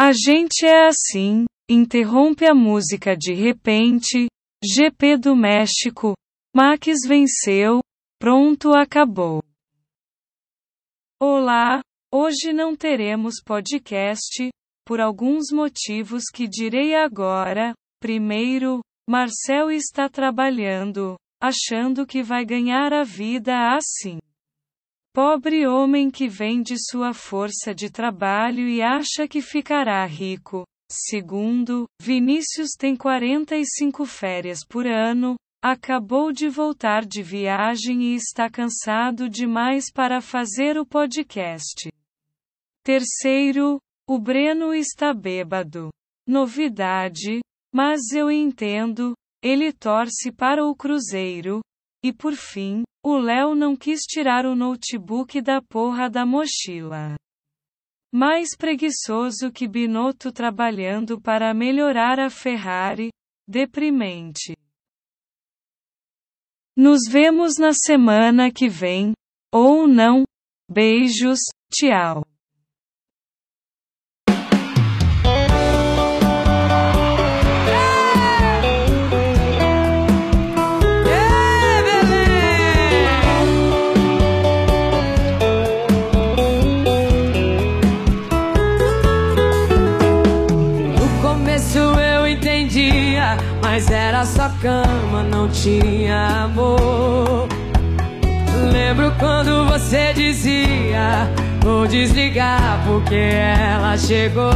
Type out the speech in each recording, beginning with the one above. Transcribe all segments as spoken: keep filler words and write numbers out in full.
A gente é assim, interrompe a música de repente. G P do México. Max venceu. Pronto, acabou. Olá, hoje não teremos podcast, por alguns motivos que direi agora. Primeiro, Marcel está trabalhando, achando que vai ganhar a vida assim. Pobre homem que vende sua força de trabalho e acha que ficará rico. Segundo, Vinícius tem quarenta e cinco férias por ano, acabou de voltar de viagem e está cansado demais para fazer o podcast. Terceiro, o Breno está bêbado. Novidade, mas eu entendo, ele torce para o Cruzeiro. E por fim, o Léo não quis tirar o notebook da porra da mochila. Mais preguiçoso que Binotto trabalhando para melhorar a Ferrari. Deprimente. Nos vemos na semana que vem, ou não. Beijos, tchau. Mas era só cama, não tinha amor. Lembro quando você dizia: vou desligar porque ela chegou.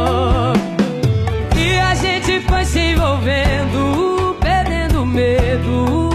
E a gente foi se envolvendo, perdendo medo.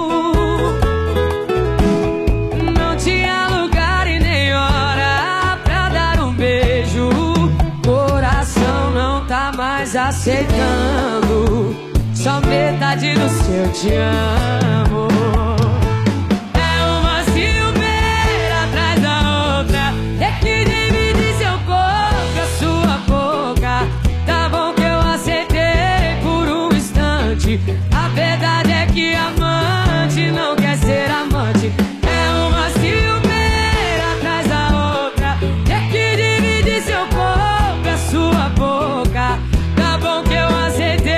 Não tinha lugar e nem hora pra dar um beijo. Coração não tá mais aceitando só metade do seu te amo. É uma ciumeira atrás da outra, é que divide seu corpo, a sua boca. Tá bom que eu aceitei por um instante. A verdade é que amante não quer ser amante. É uma ciumeira atrás da outra, é que divide seu corpo, a sua boca. Tá bom que eu aceitei.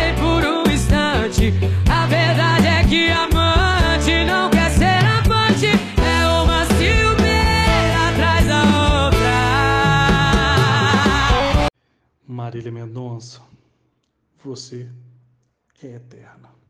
A verdade é que amante não quer ser amante. É uma ciumeira atrás da outra. Marília Mendonça, você é eterna.